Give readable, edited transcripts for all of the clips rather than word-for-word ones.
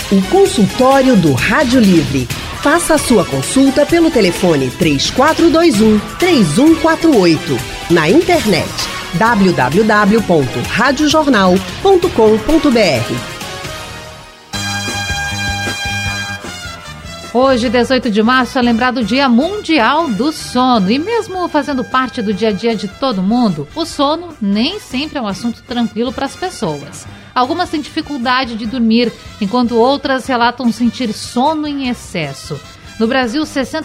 O consultório do Rádio Livre. Faça a sua consulta pelo telefone 3421-3148. Na internet www.radiojornal.com.br. Hoje, 18 de março, é lembrado o Dia Mundial do Sono. E mesmo fazendo parte do dia a dia de todo mundo, o sono nem sempre é um assunto tranquilo para as pessoas. Algumas têm dificuldade de dormir, enquanto outras relatam sentir sono em excesso. No Brasil,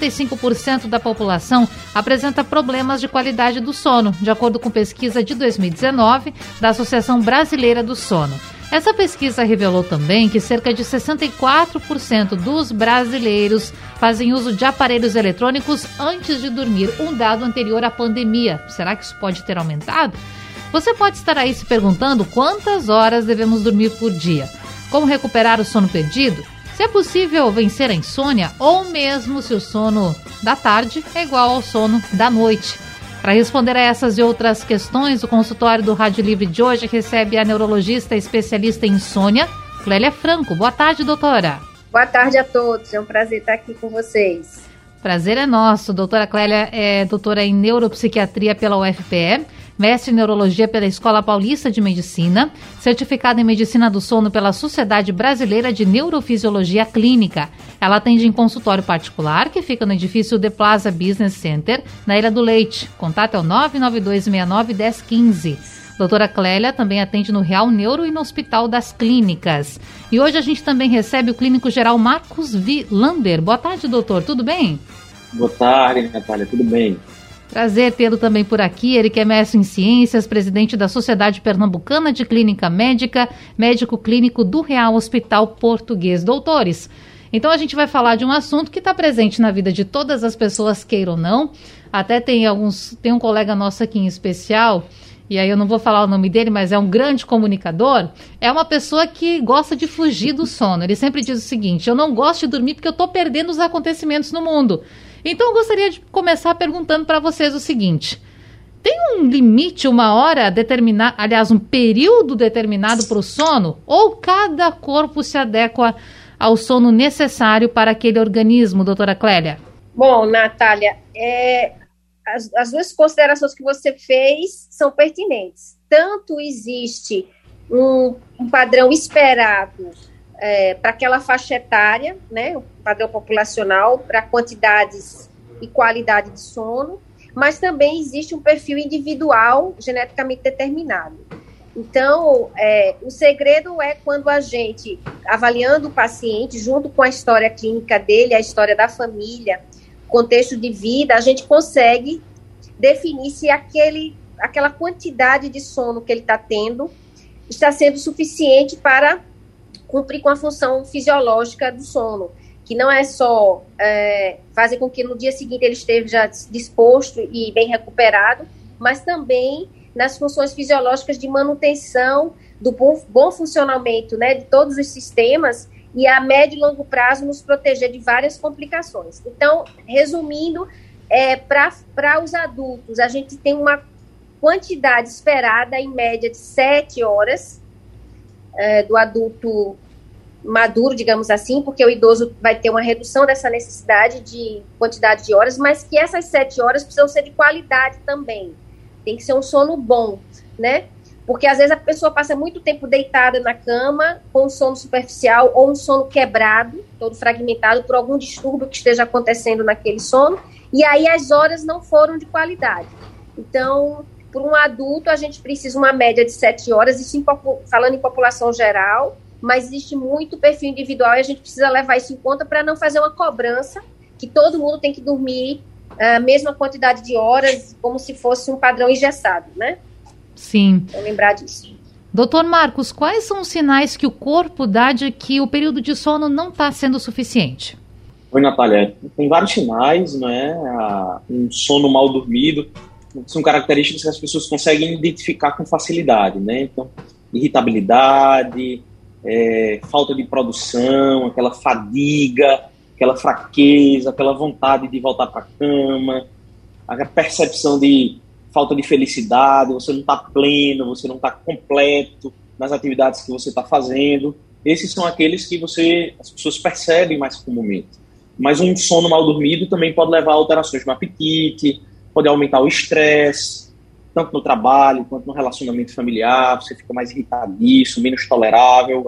65% da população apresenta problemas de qualidade do sono, de acordo com pesquisa de 2019 da Associação Brasileira do Sono. Essa pesquisa revelou também que cerca de 64% dos brasileiros fazem uso de aparelhos eletrônicos antes de dormir, um dado anterior à pandemia. Será que isso pode ter aumentado? Você pode estar aí se perguntando quantas horas devemos dormir por dia. Como recuperar o sono perdido? Se é possível vencer a insônia ou mesmo se o sono da tarde é igual ao sono da noite. Para responder a essas e outras questões, o consultório do Rádio Livre de hoje recebe a neurologista especialista em insônia, Clélia Franco. Boa tarde, doutora. Boa tarde a todos, é um prazer estar aqui com vocês. Prazer é nosso. Doutora Clélia é doutora em neuropsiquiatria pela UFPE, mestre em neurologia pela Escola Paulista de Medicina, certificada em medicina do sono pela Sociedade Brasileira de Neurofisiologia Clínica. Ela atende em consultório particular, que fica no edifício The Plaza Business Center, na Ilha do Leite. Contato é o 99269-1015. Doutora Clélia também atende no Real Neuro e no Hospital das Clínicas. E hoje a gente também recebe o clínico geral Marcos Vilander. Boa tarde, doutor. Tudo bem? Boa tarde, Natália. Tudo bem? Prazer tê-lo também por aqui. Ele que é mestre em ciências, presidente da Sociedade Pernambucana de Clínica Médica, médico clínico do Real Hospital Português. Doutores, então a gente vai falar de um assunto que está presente na vida de todas as pessoas, queira ou não. Até tem um colega nosso aqui em especial, e aí eu não vou falar o nome dele, mas é um grande comunicador. É uma pessoa que gosta de fugir do sono. Ele sempre diz o seguinte: eu não gosto de dormir porque eu estou perdendo os acontecimentos no mundo. Então eu gostaria de começar perguntando para vocês o seguinte: tem um limite, uma hora determinada, aliás, um período determinado para o sono? Ou cada corpo se adequa ao sono necessário para aquele organismo, doutora Clélia? Bom, Natália, as duas considerações que você fez são pertinentes. Tanto existe um padrão esperado para aquela faixa etária, né, o padrão populacional, para quantidades e qualidade de sono, mas também existe um perfil individual geneticamente determinado. Então, o segredo é quando a gente, avaliando o paciente, junto com a história clínica dele, a história da família, contexto de vida, a gente consegue definir se aquela quantidade de sono que ele está tendo está sendo suficiente para cumprir com a função fisiológica do sono, que não é só fazer com que no dia seguinte ele esteja disposto e bem recuperado, mas também nas funções fisiológicas de manutenção do bom funcionamento, né, de todos os sistemas e a médio e longo prazo nos proteger de várias complicações. Então, resumindo, para os adultos, a gente tem uma quantidade esperada, em média, de 7 horas do adulto maduro, digamos assim, porque o idoso vai ter uma redução dessa necessidade de quantidade de horas, mas que essas 7 horas precisam ser de qualidade também. Tem que ser um sono bom, né? Porque às vezes a pessoa passa muito tempo deitada na cama com um sono superficial ou um sono quebrado, todo fragmentado por algum distúrbio que esteja acontecendo naquele sono, e aí as horas não foram de qualidade. Então, por um adulto, a gente precisa uma média de 7 horas, isso falando em população geral, mas existe muito perfil individual e a gente precisa levar isso em conta para não fazer uma cobrança que todo mundo tem que dormir a mesma quantidade de horas, como se fosse um padrão engessado, né? Sim. Então, lembrar disso. Doutor Marcos, quais são os sinais que o corpo dá de que o período de sono não está sendo suficiente? Oi, Natália. Tem vários sinais, né? Um sono mal dormido são características que as pessoas conseguem identificar com facilidade, né? Então, irritabilidade, falta de produção, aquela fadiga, aquela fraqueza, aquela vontade de voltar para a cama, a percepção de falta de felicidade, você não está pleno, você não está completo, nas atividades que você está fazendo. Esses são aqueles que as pessoas percebem mais comumente. Mas um sono mal dormido também pode levar a alterações no apetite, pode aumentar o estresse, tanto no trabalho quanto no relacionamento familiar. Você fica mais irritadiço, menos tolerável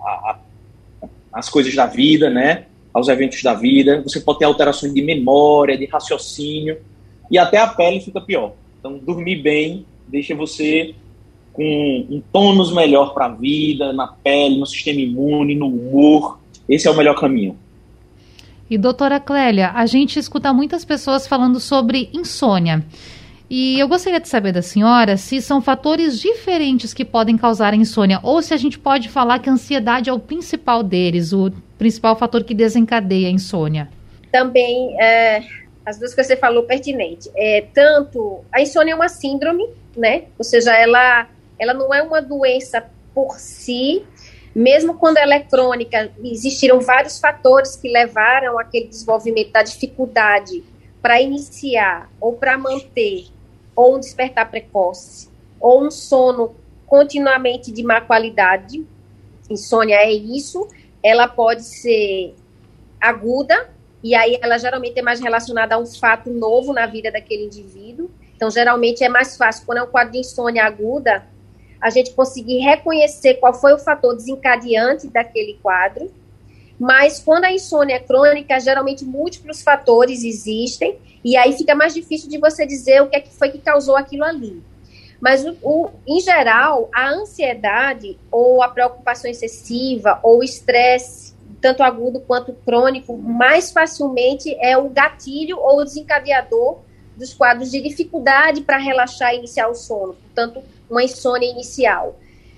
às coisas da vida, né? Aos eventos da vida. Você pode ter alterações de memória, de raciocínio, e até a pele fica pior. Então, dormir bem deixa você com um tônus melhor para a vida, na pele, no sistema imune, no humor. Esse é o melhor caminho. E, doutora Clélia, a gente escuta muitas pessoas falando sobre insônia. E eu gostaria de saber da senhora se são fatores diferentes que podem causar a insônia, ou se a gente pode falar que a ansiedade é o principal deles, o principal fator que desencadeia a insônia. Também, as duas que você falou pertinente. Tanto a insônia é uma síndrome, né? Ou seja, ela não é uma doença por si. Mesmo quando ela é crônica, existiram vários fatores que levaram àquele desenvolvimento da dificuldade para iniciar ou para manter ou um despertar precoce ou um sono continuamente de má qualidade. Insônia é isso. Ela pode ser aguda, e aí ela geralmente é mais relacionada a um fato novo na vida daquele indivíduo. Então, geralmente é mais fácil, quando é um quadro de insônia aguda, a gente conseguir reconhecer qual foi o fator desencadeante daquele quadro. Mas quando a insônia é crônica, geralmente múltiplos fatores existem, e aí fica mais difícil de você dizer o que é que foi que causou aquilo ali. Mas, em geral, a ansiedade, ou a preocupação excessiva, ou o estresse, tanto agudo quanto crônico, mais facilmente é o gatilho ou o desencadeador dos quadros de dificuldade para relaxar e iniciar o sono, portanto, uma insônia inicial.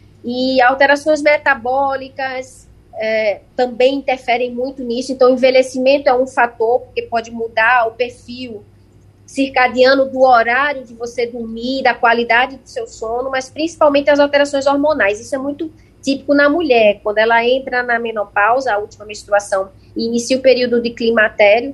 E alterações metabólicas também interferem muito nisso. Então, o envelhecimento é um fator, porque pode mudar o perfil circadiano do horário de você dormir, da qualidade do seu sono, mas principalmente as alterações hormonais. Isso é muito típico na mulher. Quando ela entra na menopausa, a última menstruação, e inicia o período de climatério,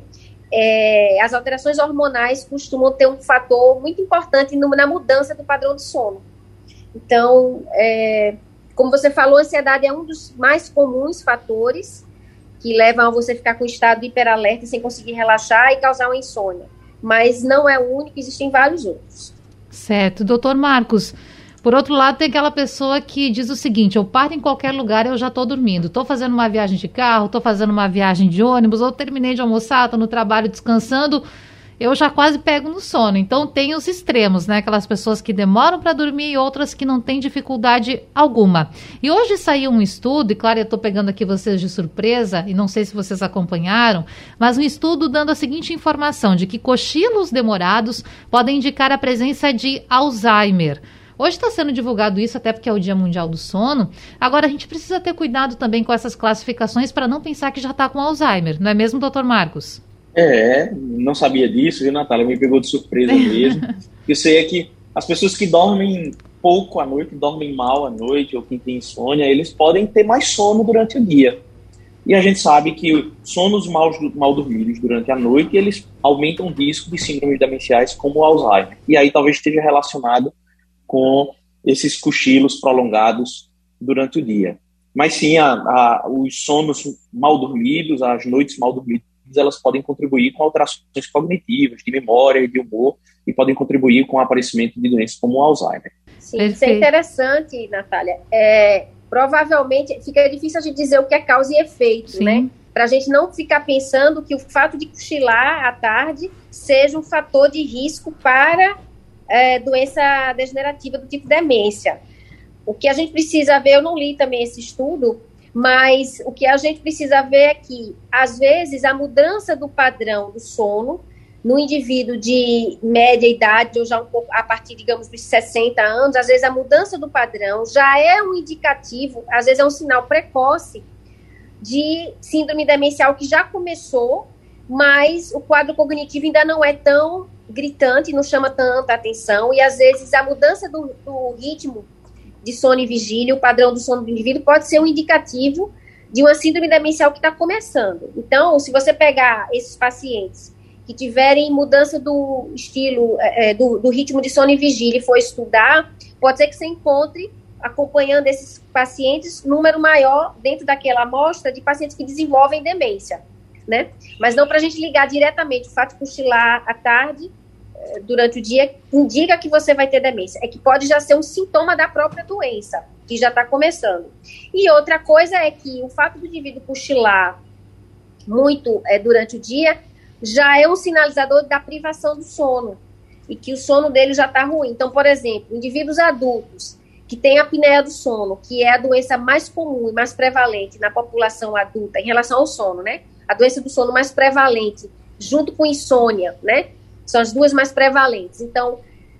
as alterações hormonais costumam ter um fator muito importante na mudança do padrão de sono. Então, como você falou, a ansiedade é um dos mais comuns fatores que levam a você ficar com estado de hiperalerta sem conseguir relaxar e causar uma insônia. Mas não é o único, existem vários outros. Certo. Doutor Marcos, por outro lado, tem aquela pessoa que diz o seguinte: eu paro em qualquer lugar e eu já estou dormindo. Estou fazendo uma viagem de carro, estou fazendo uma viagem de ônibus, ou terminei de almoçar, estou no trabalho descansando, eu já quase pego no sono. Então tem os extremos, né? Aquelas pessoas que demoram para dormir e outras que não têm dificuldade alguma. E hoje saiu um estudo, e claro, eu estou pegando aqui vocês de surpresa, e não sei se vocês acompanharam, mas um estudo dando a seguinte informação, de que cochilos demorados podem indicar a presença de Alzheimer. Hoje está sendo divulgado isso, até porque é o Dia Mundial do Sono. Agora, a gente precisa ter cuidado também com essas classificações para não pensar que já está com Alzheimer, não é mesmo, doutor Marcos? Não sabia disso, viu, Natália? Me pegou de surpresa mesmo. Eu sei que as pessoas que dormem pouco à noite, dormem mal à noite, ou quem tem insônia, eles podem ter mais sono durante o dia. E a gente sabe que sonos mal dormidos durante a noite, eles aumentam o risco de síndromes demenciais como o Alzheimer. E aí talvez esteja relacionado com esses cochilos prolongados durante o dia. Mas sim, os sonos mal dormidos, as noites mal dormidas, elas podem contribuir com alterações cognitivas, de memória e de humor, e podem contribuir com o aparecimento de doenças como o Alzheimer. Sim, isso é interessante, Natália. Provavelmente, fica difícil a gente dizer o que é causa e efeito, sim, né? Para a gente não ficar pensando que o fato de cochilar à tarde seja um fator de risco para doença degenerativa do tipo demência. O que a gente precisa ver, eu não li também esse estudo, mas o que a gente precisa ver é que, às vezes, a mudança do padrão do sono no indivíduo de média idade, ou já um pouco a partir, digamos, dos 60 anos, às vezes a mudança do padrão já é um indicativo, às vezes é um sinal precoce de síndrome demencial que já começou, mas o quadro cognitivo ainda não é tão gritante, não chama tanta atenção, e às vezes a mudança do ritmo de sono e vigília, o padrão do sono do indivíduo pode ser um indicativo de uma síndrome demencial que está começando. Então, se você pegar esses pacientes que tiverem mudança do estilo, do ritmo de sono e vigília e for estudar, pode ser que você encontre acompanhando esses pacientes, número maior dentro daquela amostra de pacientes que desenvolvem demência, né? Mas não para a gente ligar diretamente. O fato de cochilar à tarde, durante o dia, indica que você vai ter demência. É que pode já ser um sintoma da própria doença, que já está começando. E outra coisa é que o fato do indivíduo cochilar muito durante o dia já é um sinalizador da privação do sono e que o sono dele já está ruim. Então, por exemplo, indivíduos adultos que têm a apneia do sono, que é a doença mais comum e mais prevalente na população adulta em relação ao sono, né? A doença do sono mais prevalente, junto com insônia, né? São as duas mais prevalentes. Então,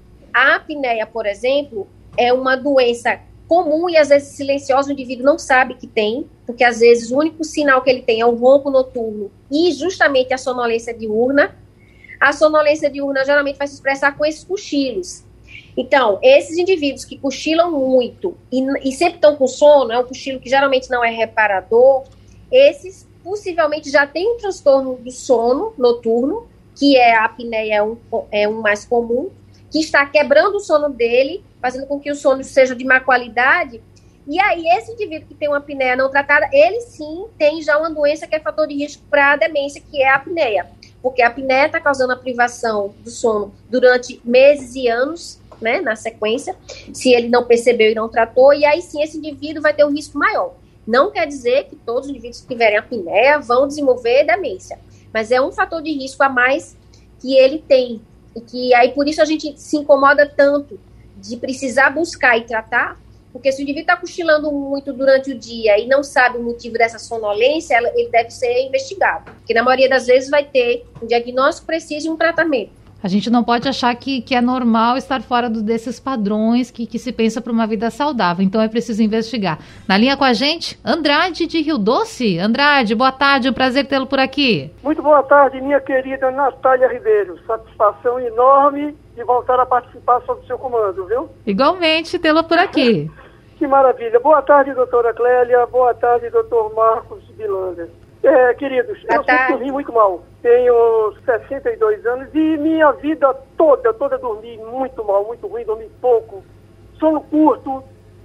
a apneia, por exemplo, é uma doença comum e às vezes silenciosa, o indivíduo não sabe que tem, porque às vezes o único sinal que ele tem é o ronco noturno e justamente a sonolência diurna. A sonolência diurna geralmente vai se expressar com esses cochilos. Então, esses indivíduos que cochilam muito e sempre estão com sono, é um cochilo que geralmente não é reparador, esses possivelmente já têm um transtorno do sono noturno, que é a apneia, é um mais comum, que está quebrando o sono dele, fazendo com que o sono seja de má qualidade. E aí, esse indivíduo que tem uma apneia não tratada, ele sim tem já uma doença que é fator de risco para a demência, que é a apneia. Porque a apneia está causando a privação do sono durante meses e anos, né, na sequência, se ele não percebeu e não tratou, e aí sim esse indivíduo vai ter um risco maior. Não quer dizer que todos os indivíduos que tiverem apneia vão desenvolver demência, mas é um fator de risco a mais que ele tem, e que aí por isso a gente se incomoda tanto de precisar buscar e tratar, porque se o indivíduo está cochilando muito durante o dia e não sabe o motivo dessa sonolência, ele deve ser investigado, porque na maioria das vezes vai ter um diagnóstico preciso e um tratamento. A gente não pode achar que é normal estar fora desses padrões que se pensa para uma vida saudável. Então é preciso investigar. Na linha com a gente, Andrade de Rio Doce. Andrade, boa tarde, um prazer tê-lo por aqui. Muito boa tarde, minha querida Natália Ribeiro. Satisfação enorme de voltar a participar sob o seu comando, viu? Igualmente tê-lo por aqui. Que maravilha. Boa tarde, doutora Clélia. Boa tarde, doutor Marcos Bilander. Queridos, eu sempre dormi muito mal. Tenho 62 anos e minha vida toda dormi muito mal, muito ruim, dormi pouco. Sono curto,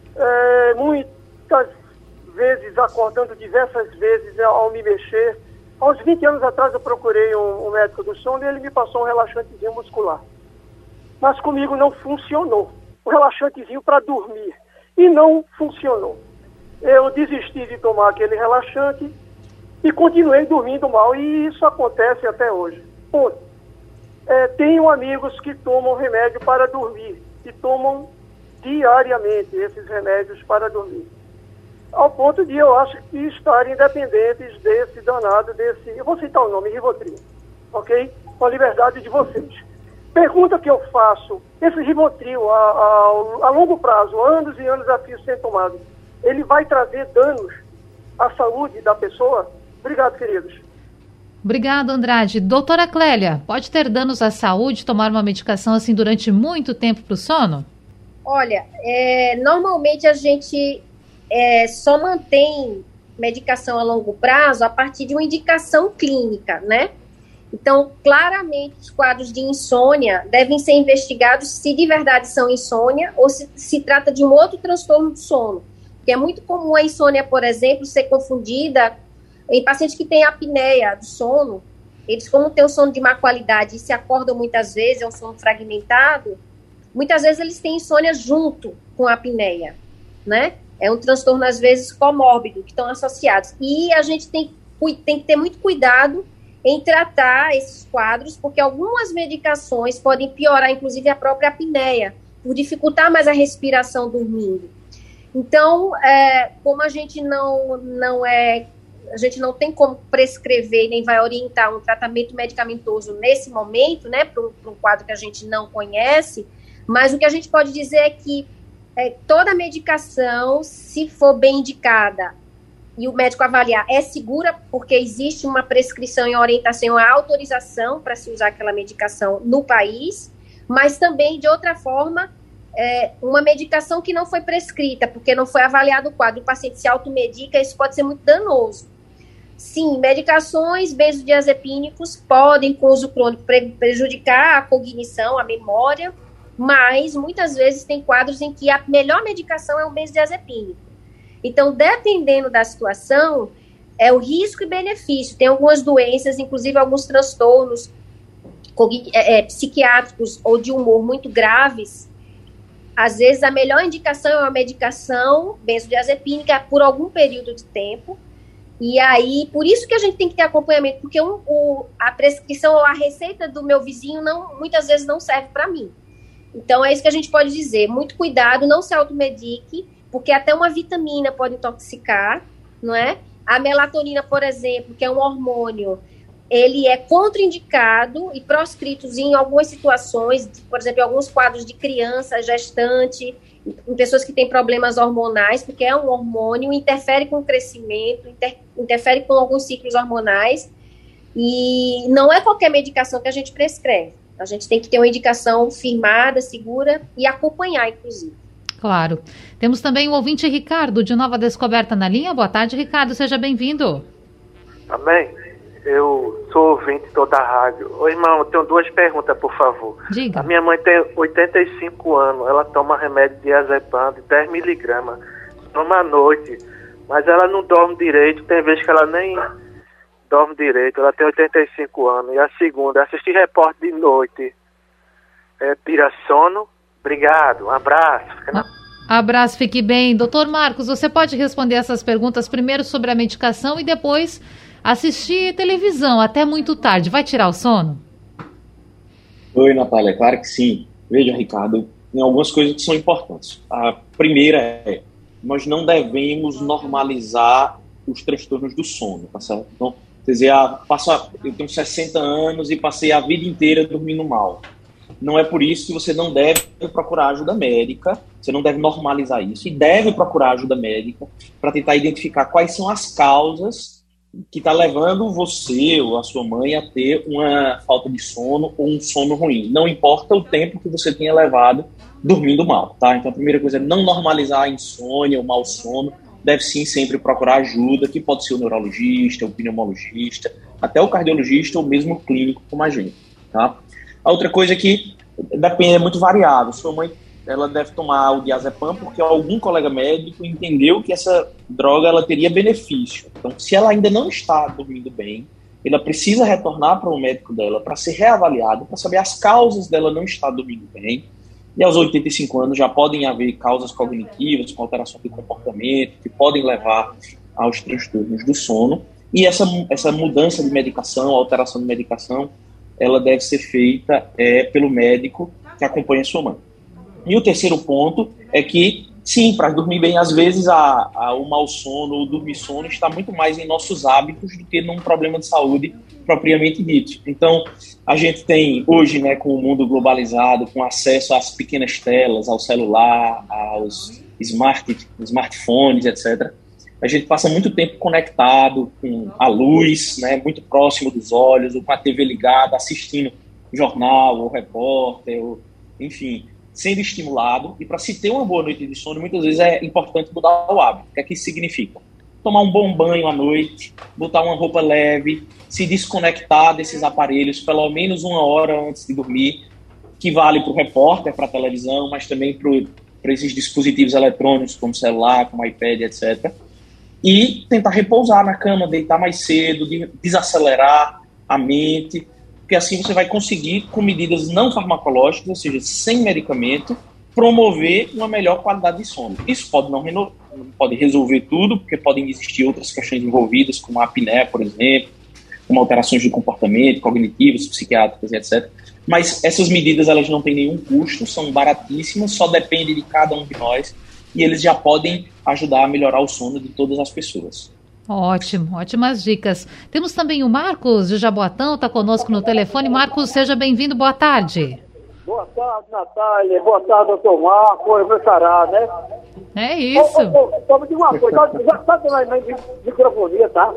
muitas vezes acordando diversas vezes ao me mexer. Aos 20 anos atrás eu procurei um médico do sono e ele me passou um relaxantezinho muscular. Mas comigo não funcionou. Um relaxantezinho para dormir. E não funcionou. Eu desisti de tomar aquele relaxante e continuei dormindo mal, e isso acontece até hoje. Tenho amigos que tomam remédio para dormir, e tomam diariamente esses remédios para dormir. Ao ponto de eu acho que estarem dependentes desse danado, eu vou citar o nome, Rivotril, ok? Com a liberdade de vocês. Pergunta que eu faço, esse Rivotril, a longo prazo, anos e anos a fio sendo tomado, ele vai trazer danos à saúde da pessoa? Obrigado, queridos. Obrigado, Andrade. Doutora Clélia, pode ter danos à saúde tomar uma medicação assim durante muito tempo para o sono? Olha, normalmente a gente só mantém medicação a longo prazo a partir de uma indicação clínica, né? Então, claramente, os quadros de insônia devem ser investigados se de verdade são insônia ou se trata de um outro transtorno do sono. Porque é muito comum a insônia, por exemplo, ser confundida em pacientes que têm apneia do sono. Eles, como têm um sono de má qualidade e se acordam muitas vezes, é um sono fragmentado, muitas vezes eles têm insônia junto com a apneia, né? É um transtorno, às vezes, comórbido, que estão associados. E a gente tem que ter muito cuidado em tratar esses quadros, porque algumas medicações podem piorar, inclusive, a própria apneia, por dificultar mais a respiração dormindo. Então, como a gente a gente não tem como prescrever nem vai orientar um tratamento medicamentoso nesse momento, né, para um quadro que a gente não conhece, mas o que a gente pode dizer é que toda medicação, se for bem indicada e o médico avaliar, é segura, porque existe uma prescrição e orientação, a autorização para se usar aquela medicação no país, mas também, de outra forma, uma medicação que não foi prescrita, porque não foi avaliado o quadro, o paciente se automedica, isso pode ser muito danoso. Sim, medicações benzodiazepínicos podem, com uso crônico, prejudicar a cognição, a memória, mas muitas vezes tem quadros em que a melhor medicação é o benzodiazepínico. Então, dependendo da situação, é o risco e benefício. Tem algumas doenças, inclusive alguns transtornos psiquiátricos ou de humor muito graves. Às vezes, a melhor indicação é uma medicação benzodiazepínica por algum período de tempo. E aí, por isso que a gente tem que ter acompanhamento, porque a prescrição ou a receita do meu vizinho muitas vezes não serve para mim. Então, é isso que a gente pode dizer. Muito cuidado, não se automedique, porque até uma vitamina pode intoxicar, não é? A melatonina, por exemplo, que é um hormônio, ele é contraindicado e proscrito em algumas situações, por exemplo, em alguns quadros de criança, gestante, em pessoas que têm problemas hormonais, porque é um hormônio, interfere com o crescimento, interfere com alguns ciclos hormonais, e não é qualquer medicação que a gente prescreve. A gente tem que ter uma indicação firmada, segura e acompanhar, inclusive. Claro. Temos também o ouvinte Ricardo, de Nova Descoberta, na linha. Boa tarde, Ricardo. Seja bem-vindo. Amém. Eu sou ouvinte toda a rádio. Ô, irmão, eu tenho 2 perguntas, por favor. Diga. A minha mãe tem 85 anos. Ela toma remédio de diazepam de 10 miligramas. Toma à noite. Mas ela não dorme direito. Tem vezes que ela nem dorme direito. Ela tem 85 anos. E a segunda, assistir repórter de noite. Tira sono. Obrigado, um abraço. Abraço, fique bem. Doutor Marcos, você pode responder essas perguntas primeiro sobre a medicação e depois assistir televisão até muito tarde. Vai tirar o sono? Oi, Natália, claro que sim. Veja, Ricardo, tem algumas coisas que são importantes. A primeira é, nós não devemos normalizar os transtornos do sono, tá certo? Então, quer dizer, eu tenho 60 anos e passei a vida inteira dormindo mal. Não é por isso que você não deve procurar ajuda médica, você não deve normalizar isso, e deve procurar ajuda médica para tentar identificar quais são as causas que está levando você ou a sua mãe a ter uma falta de sono ou um sono ruim. Não importa o tempo que você tenha levado dormindo mal, tá? Então a primeira coisa é não normalizar a insônia, o mau sono, deve sim sempre procurar ajuda, que pode ser o neurologista, o pneumologista, até o cardiologista ou mesmo o clínico como a gente, tá? A outra coisa é que depende, é muito variável. Sua mãe, ela deve tomar o diazepam porque algum colega médico entendeu que essa droga ela teria benefício. Então, se ela ainda não está dormindo bem, ela precisa retornar para o médico dela para ser reavaliada, para saber as causas dela não estar dormindo bem. E aos 85 anos já podem haver causas cognitivas, com alteração de comportamento, que podem levar aos transtornos do sono. E essa mudança de medicação, alteração de medicação, ela deve ser feita pelo médico que acompanha a sua mãe. E o terceiro ponto é que, sim, para dormir bem, às vezes o mau sono, o dormir sono, está muito mais em nossos hábitos do que num problema de saúde propriamente dito. Então, a gente tem hoje, né, com o mundo globalizado, com acesso às pequenas telas, ao celular, aos smartphones, etc., a gente passa muito tempo conectado com a luz, né, muito próximo dos olhos, ou com a TV ligada, assistindo jornal, ou repórter, enfim, sendo estimulado. E para se ter uma boa noite de sono, muitas vezes é importante mudar o hábito. O que é que isso significa? Tomar um bom banho à noite, botar uma roupa leve, se desconectar desses aparelhos pelo menos 1 hora antes de dormir, que vale para o repórter, para a televisão, mas também para esses dispositivos eletrônicos, como celular, como iPad, etc., e tentar repousar na cama, deitar mais cedo, desacelerar a mente, porque assim você vai conseguir, com medidas não farmacológicas, ou seja, sem medicamento, promover uma melhor qualidade de sono. Isso não pode resolver tudo, porque podem existir outras questões envolvidas, como a apneia, por exemplo, como alterações de comportamento, cognitivas, psiquiátricas, etc. Mas essas medidas elas não têm nenhum custo, são baratíssimas, só depende de cada um de nós, e eles já podem ajudar a melhorar o sono de todas as pessoas. Ótimo, ótimas dicas. Temos também o Marcos de Jaboatão, está conosco no telefone. Marcos, seja bem-vindo, boa tarde. Boa tarde, Natália. Boa tarde, doutor Marcos, meu xará, né? É isso. Só me diga uma coisa, já sabe na microfonia, tá?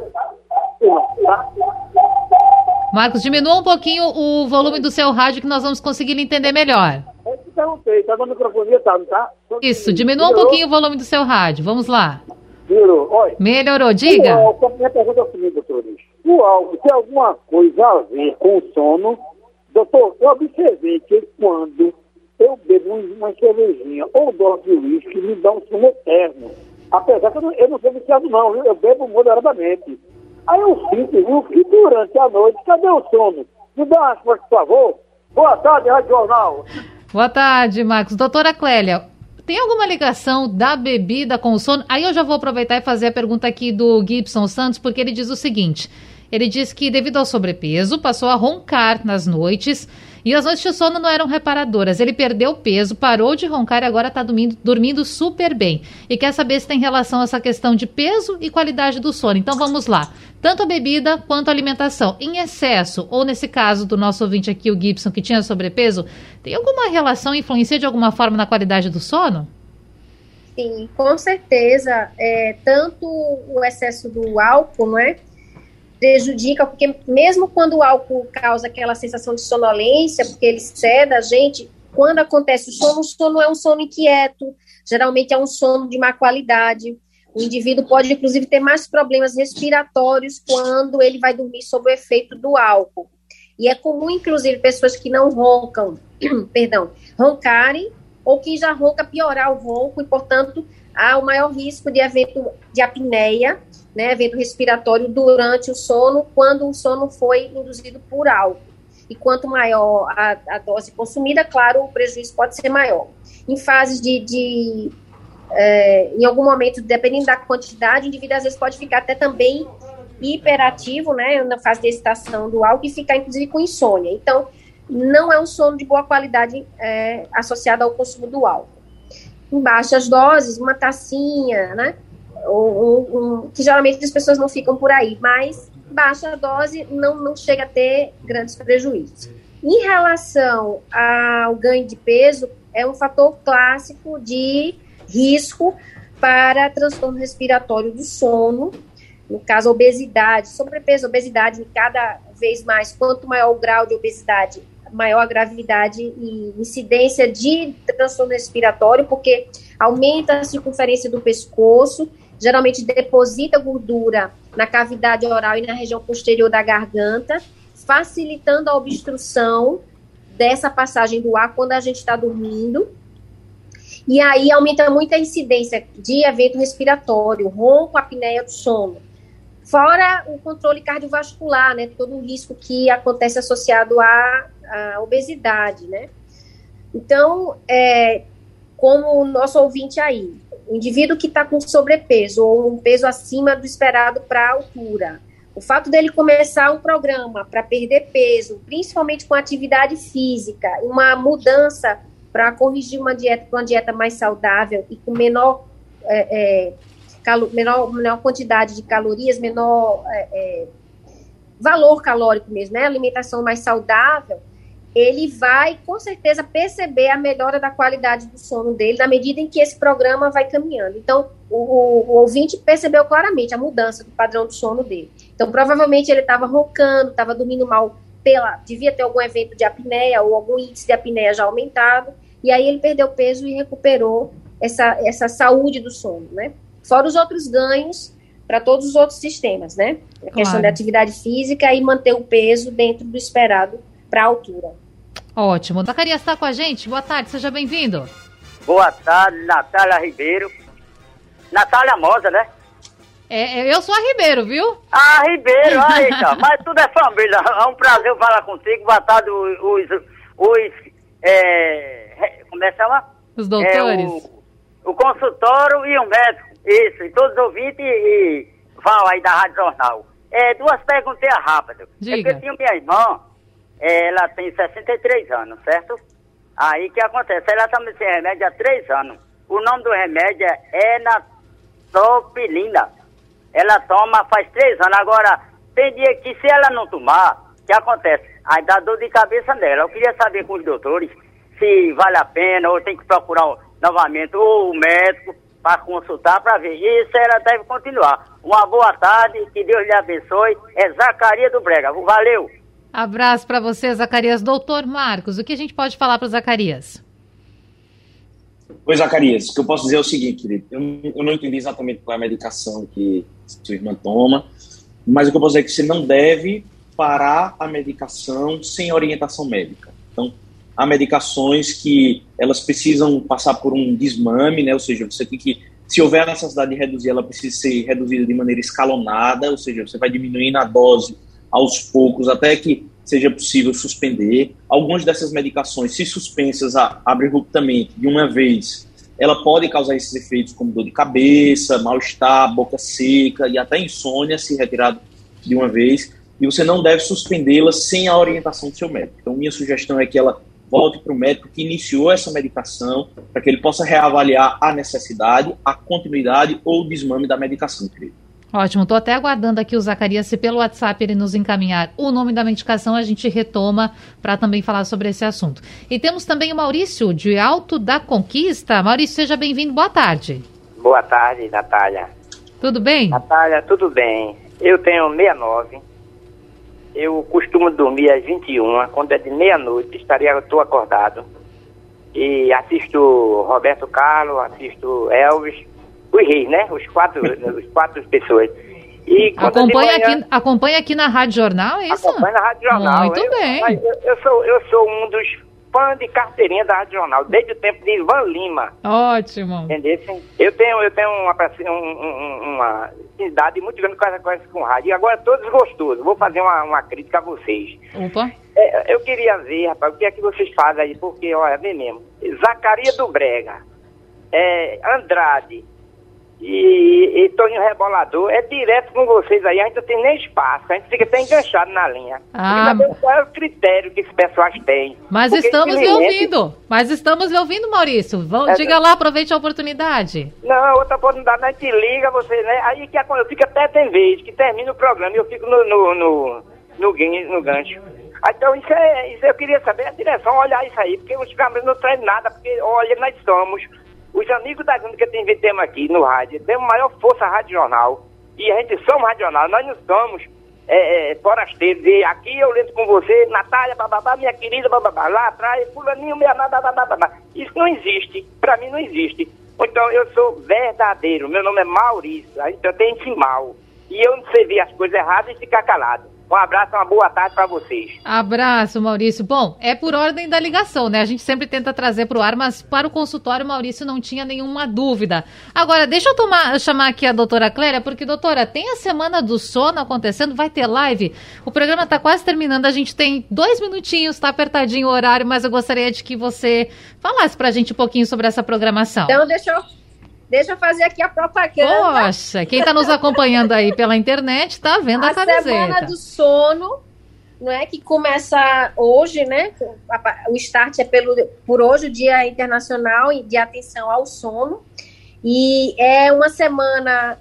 Marcos, diminua um pouquinho o volume do seu rádio que nós vamos conseguir entender melhor. Eu te perguntei, tá na microfonia, tá, não tá? Isso, diminua um pouquinho o volume do seu rádio, vamos lá. Melhorou, olha. Melhorou, diga. Minha pergunta é o seguinte, doutor. O álcool tem alguma coisa a ver com o sono? Doutor, eu observei que quando eu bebo uma cervejinha ou dose de uísque, me dá um sono eterno. Apesar que eu não sou viciado não, viu? Eu bebo moderadamente. Aí eu sinto, viu, que durante a noite, cadê o sono? Me dá uma resposta, por favor. Boa tarde, Rádio Jornal. Boa tarde, Marcos. Doutora Clélia, tem alguma ligação da bebida com o sono? Aí eu já vou aproveitar e fazer a pergunta aqui do Gibson Santos, porque ele diz o seguinte: ele diz que devido ao sobrepeso, passou a roncar nas noites, e as noites de sono não eram reparadoras. Ele perdeu o peso, parou de roncar e agora está dormindo super bem. E quer saber se tem relação a essa questão de peso e qualidade do sono. Então vamos lá. Tanto a bebida quanto a alimentação. Em excesso, ou nesse caso do nosso ouvinte aqui, o Gibson, que tinha sobrepeso, tem alguma relação, influencia de alguma forma na qualidade do sono? Sim, com certeza. Tanto o excesso do álcool, não é? Prejudica, porque mesmo quando o álcool causa aquela sensação de sonolência, porque ele ceda a gente, quando acontece o sono é um sono inquieto, geralmente é um sono de má qualidade. O indivíduo pode, inclusive, ter mais problemas respiratórios quando ele vai dormir sob o efeito do álcool. E é comum, inclusive, pessoas que não roncam, roncarem, ou que já ronca piorar o ronco, e, portanto, há o maior risco de evento de apneia, né, evento respiratório durante o sono, quando o sono foi induzido por álcool. E quanto maior a dose consumida, claro, o prejuízo pode ser maior. Em fases em algum momento, dependendo da quantidade, o indivíduo às vezes pode ficar até também hiperativo, né, na fase de excitação do álcool, e ficar inclusive com insônia. Então, não é um sono de boa qualidade associado ao consumo do álcool. Em baixas doses, uma tacinha, né, que geralmente as pessoas não ficam por aí, mas baixa dose não chega a ter grandes prejuízos. Em relação ao ganho de peso, é um fator clássico de risco para transtorno respiratório do sono, no caso, obesidade, sobrepeso, obesidade, e cada vez mais, quanto maior o grau de obesidade, maior a gravidade e incidência de transtorno respiratório, porque aumenta a circunferência do pescoço, geralmente deposita gordura na cavidade oral e na região posterior da garganta, facilitando a obstrução dessa passagem do ar quando a gente está dormindo. E aí aumenta muito a incidência de evento respiratório, ronco, apneia do sono. Fora o controle cardiovascular, né, todo o risco que acontece associado à obesidade, né. Então, como o nosso ouvinte aí, o indivíduo que está com sobrepeso ou um peso acima do esperado para a altura, o fato dele começar um programa para perder peso, principalmente com atividade física, uma mudança para corrigir uma dieta para uma dieta mais saudável e com menor quantidade de calorias, menor valor calórico mesmo, né? Alimentação mais saudável, ele vai, com certeza, perceber a melhora da qualidade do sono dele na medida em que esse programa vai caminhando. Então, o ouvinte percebeu claramente a mudança do padrão do sono dele. Então, provavelmente, ele estava roncando, estava dormindo mal, devia ter algum evento de apneia ou algum índice de apneia já aumentado, e aí ele perdeu peso e recuperou essa saúde do sono, né? Fora os outros ganhos para todos os outros sistemas, né? A questão da atividade física e manter o peso dentro do esperado para a altura. Ótimo. Zacarias está com a gente? Boa tarde, seja bem-vindo. Boa tarde, Natália Ribeiro. Natália Mosa, né? Eu sou a Ribeiro, viu? Ah, Ribeiro, aí tá. Mas tudo é família. É um prazer falar contigo. Boa tarde, como é que chama? Os doutores. O consultório e o médico. Isso, e todos os ouvintes e Val aí da Rádio Jornal. Duas perguntinhas rápidas. Diga. Eu tenho minha irmã, ela tem 63 anos, certo? Aí o que acontece? Ela toma esse remédio há 3 anos. O nome do remédio é enatropilina. Ela toma faz 3 anos. Agora, tem dia que se ela não tomar, o que acontece? Aí dá dor de cabeça nela. Eu queria saber com os doutores se vale a pena ou tem que procurar novamente o médico para consultar, para ver. Isso ela deve continuar. Uma boa tarde, que Deus lhe abençoe. É Zacarias do Brega. Valeu! Abraço para você, Zacarias. Doutor Marcos, o que a gente pode falar para o Zacarias? Oi, Zacarias. O que eu posso dizer é o seguinte, querido. Eu não entendi exatamente qual é a medicação que sua irmã toma, mas o que eu posso dizer é que você não deve parar a medicação sem orientação médica. Então, há medicações que elas precisam passar por um desmame, né? Ou seja, você tem que, se houver a necessidade de reduzir, ela precisa ser reduzida de maneira escalonada, ou seja, você vai diminuindo a dose aos poucos até que seja possível suspender. Algumas dessas medicações, se suspensas abruptamente de uma vez, ela pode causar esses efeitos como dor de cabeça, mal-estar, boca seca e até insônia se retirado de uma vez. E você não deve suspendê-la sem a orientação do seu médico. Então, minha sugestão é que ela volte para o médico que iniciou essa medicação, para que ele possa reavaliar a necessidade, a continuidade ou o desmame da medicação, querido. Ótimo, estou até aguardando aqui o Zacarias, se pelo WhatsApp ele nos encaminhar o nome da medicação, a gente retoma para também falar sobre esse assunto. E temos também o Maurício, de Alto da Conquista. Maurício, seja bem-vindo, boa tarde. Boa tarde, Natália. Tudo bem? Natália, tudo bem. Eu tenho 69, eu costumo dormir às 21, quando é de meia-noite, estou acordado. E assisto Roberto Carlos, assisto Elvis, os reis, né? Os quatro pessoas. E acompanha aqui na Rádio Jornal, é isso? Acompanha na Rádio Jornal. Muito bem. Eu sou um dos fãs de carteirinha da Rádio Jornal, desde o tempo de Ivan Lima. Ótimo. Entendeu? Eu tenho uma afinidade muito grande com rádio. E agora tô desgostoso. Vou fazer uma crítica a vocês. Opa. Eu queria ver, rapaz, o que é que vocês fazem aí, porque, olha, vem mesmo. Zacarias do Brega, Andrade e Toninho Rebolador, é direto com vocês aí, a gente não tem nem espaço, a gente fica até enganchado na linha. Qual é o critério que esses pessoas têm? Mas estamos lhe ouvindo, Maurício. Diga lá, aproveite a oportunidade. Não, outra oportunidade, a gente liga vocês, né? Aí que eu fico até tem vez que termina o programa e eu fico no gancho. Então isso eu queria saber a direção, olhar isso aí, porque os caras não trazem nada, porque olha, nós somos os amigos da gente que temos aqui no rádio, temos maior força radional, e a gente somos radional, nós não somos forasteiros, e aqui eu lembro com você, Natália, bababá, minha querida, bababá, lá atrás, fulaninho, bababá, isso não existe, pra mim não existe. Então eu sou verdadeiro, meu nome é Maurício, então eu tenho esse mal, e eu não sei ver as coisas erradas e ficar calado. Um abraço, uma boa tarde para vocês. Abraço, Maurício. Bom, é por ordem da ligação, né? A gente sempre tenta trazer para o ar, mas para o consultório, Maurício não tinha nenhuma dúvida. Agora, deixa eu chamar aqui a doutora Clélia, porque, doutora, tem a Semana do Sono acontecendo, vai ter live. O programa está quase terminando, a gente tem 2 minutinhos, está apertadinho o horário, mas eu gostaria de que você falasse para a gente um pouquinho sobre essa programação. Então, deixa eu fazer aqui a propaganda. Poxa, quem está nos acompanhando aí pela internet está vendo a camiseta. A Semana do Sono, não é, que começa hoje, né? O start é por hoje, o Dia Internacional de Atenção ao Sono. E é uma semana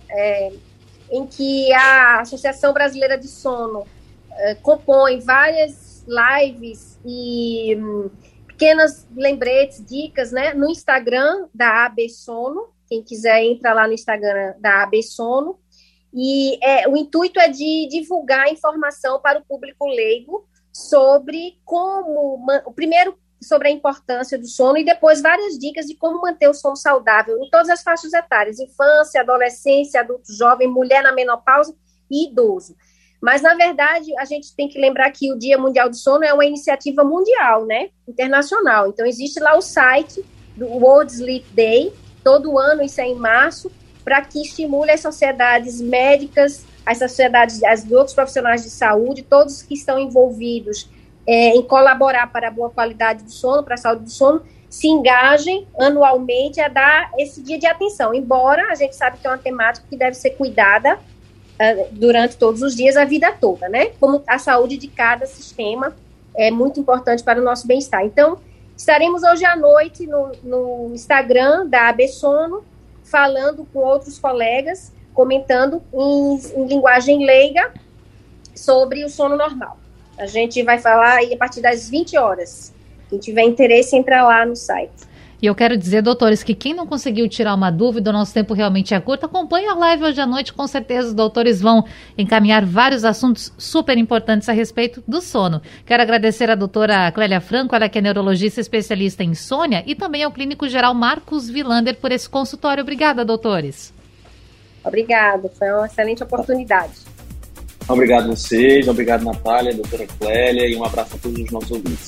em que a Associação Brasileira de Sono compõe várias lives e pequenas lembretes, dicas, né? No Instagram da AB Sono. Quem quiser, entra lá no Instagram da AB Sono. E o intuito é de divulgar informação para o público leigo sobre primeiro, sobre a importância do sono e depois várias dicas de como manter o sono saudável em todas as faixas etárias, infância, adolescência, adulto jovem, mulher na menopausa e idoso. Mas, na verdade, a gente tem que lembrar que o Dia Mundial do Sono é uma iniciativa mundial, né? Internacional. Então, existe lá o site do World Sleep Day. Todo ano, isso é em março, para que estimule as sociedades médicas, as sociedades, os outros profissionais de saúde, todos que estão envolvidos em colaborar para a boa qualidade do sono, para a saúde do sono, se engajem anualmente a dar esse dia de atenção. Embora a gente sabe que é uma temática que deve ser cuidada durante todos os dias, a vida toda, né? Como a saúde de cada sistema é muito importante para o nosso bem-estar. Então, estaremos hoje à noite no Instagram da AB Sono, falando com outros colegas, comentando em linguagem leiga sobre o sono normal. A gente vai falar aí a partir das 20 horas. Quem tiver interesse, entra lá no site. E eu quero dizer, doutores, que quem não conseguiu tirar uma dúvida, o nosso tempo realmente é curto, acompanhe a live hoje à noite, com certeza os doutores vão encaminhar vários assuntos super importantes a respeito do sono. Quero agradecer a doutora Clélia Franco, ela que é neurologista especialista em insônia, e também ao clínico geral Marcos Vilander por esse consultório. Obrigada, doutores. Obrigada, foi uma excelente oportunidade. Obrigado a vocês, obrigado Natália, doutora Clélia, e um abraço a todos os nossos ouvintes.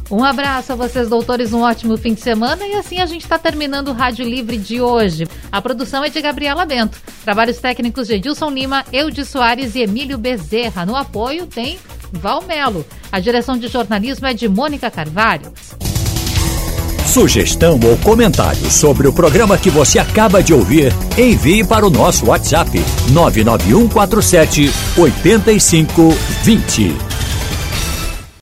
Um abraço a vocês, doutores, um ótimo fim de semana. E assim a gente está terminando o Rádio Livre de hoje. A produção é de Gabriela Bento. Trabalhos técnicos de Edilson Lima, Eudes Soares e Emílio Bezerra. No apoio tem Val Melo. A direção de jornalismo é de Mônica Carvalho. Sugestão ou comentário sobre o programa que você acaba de ouvir, envie para o nosso WhatsApp 99147 8520.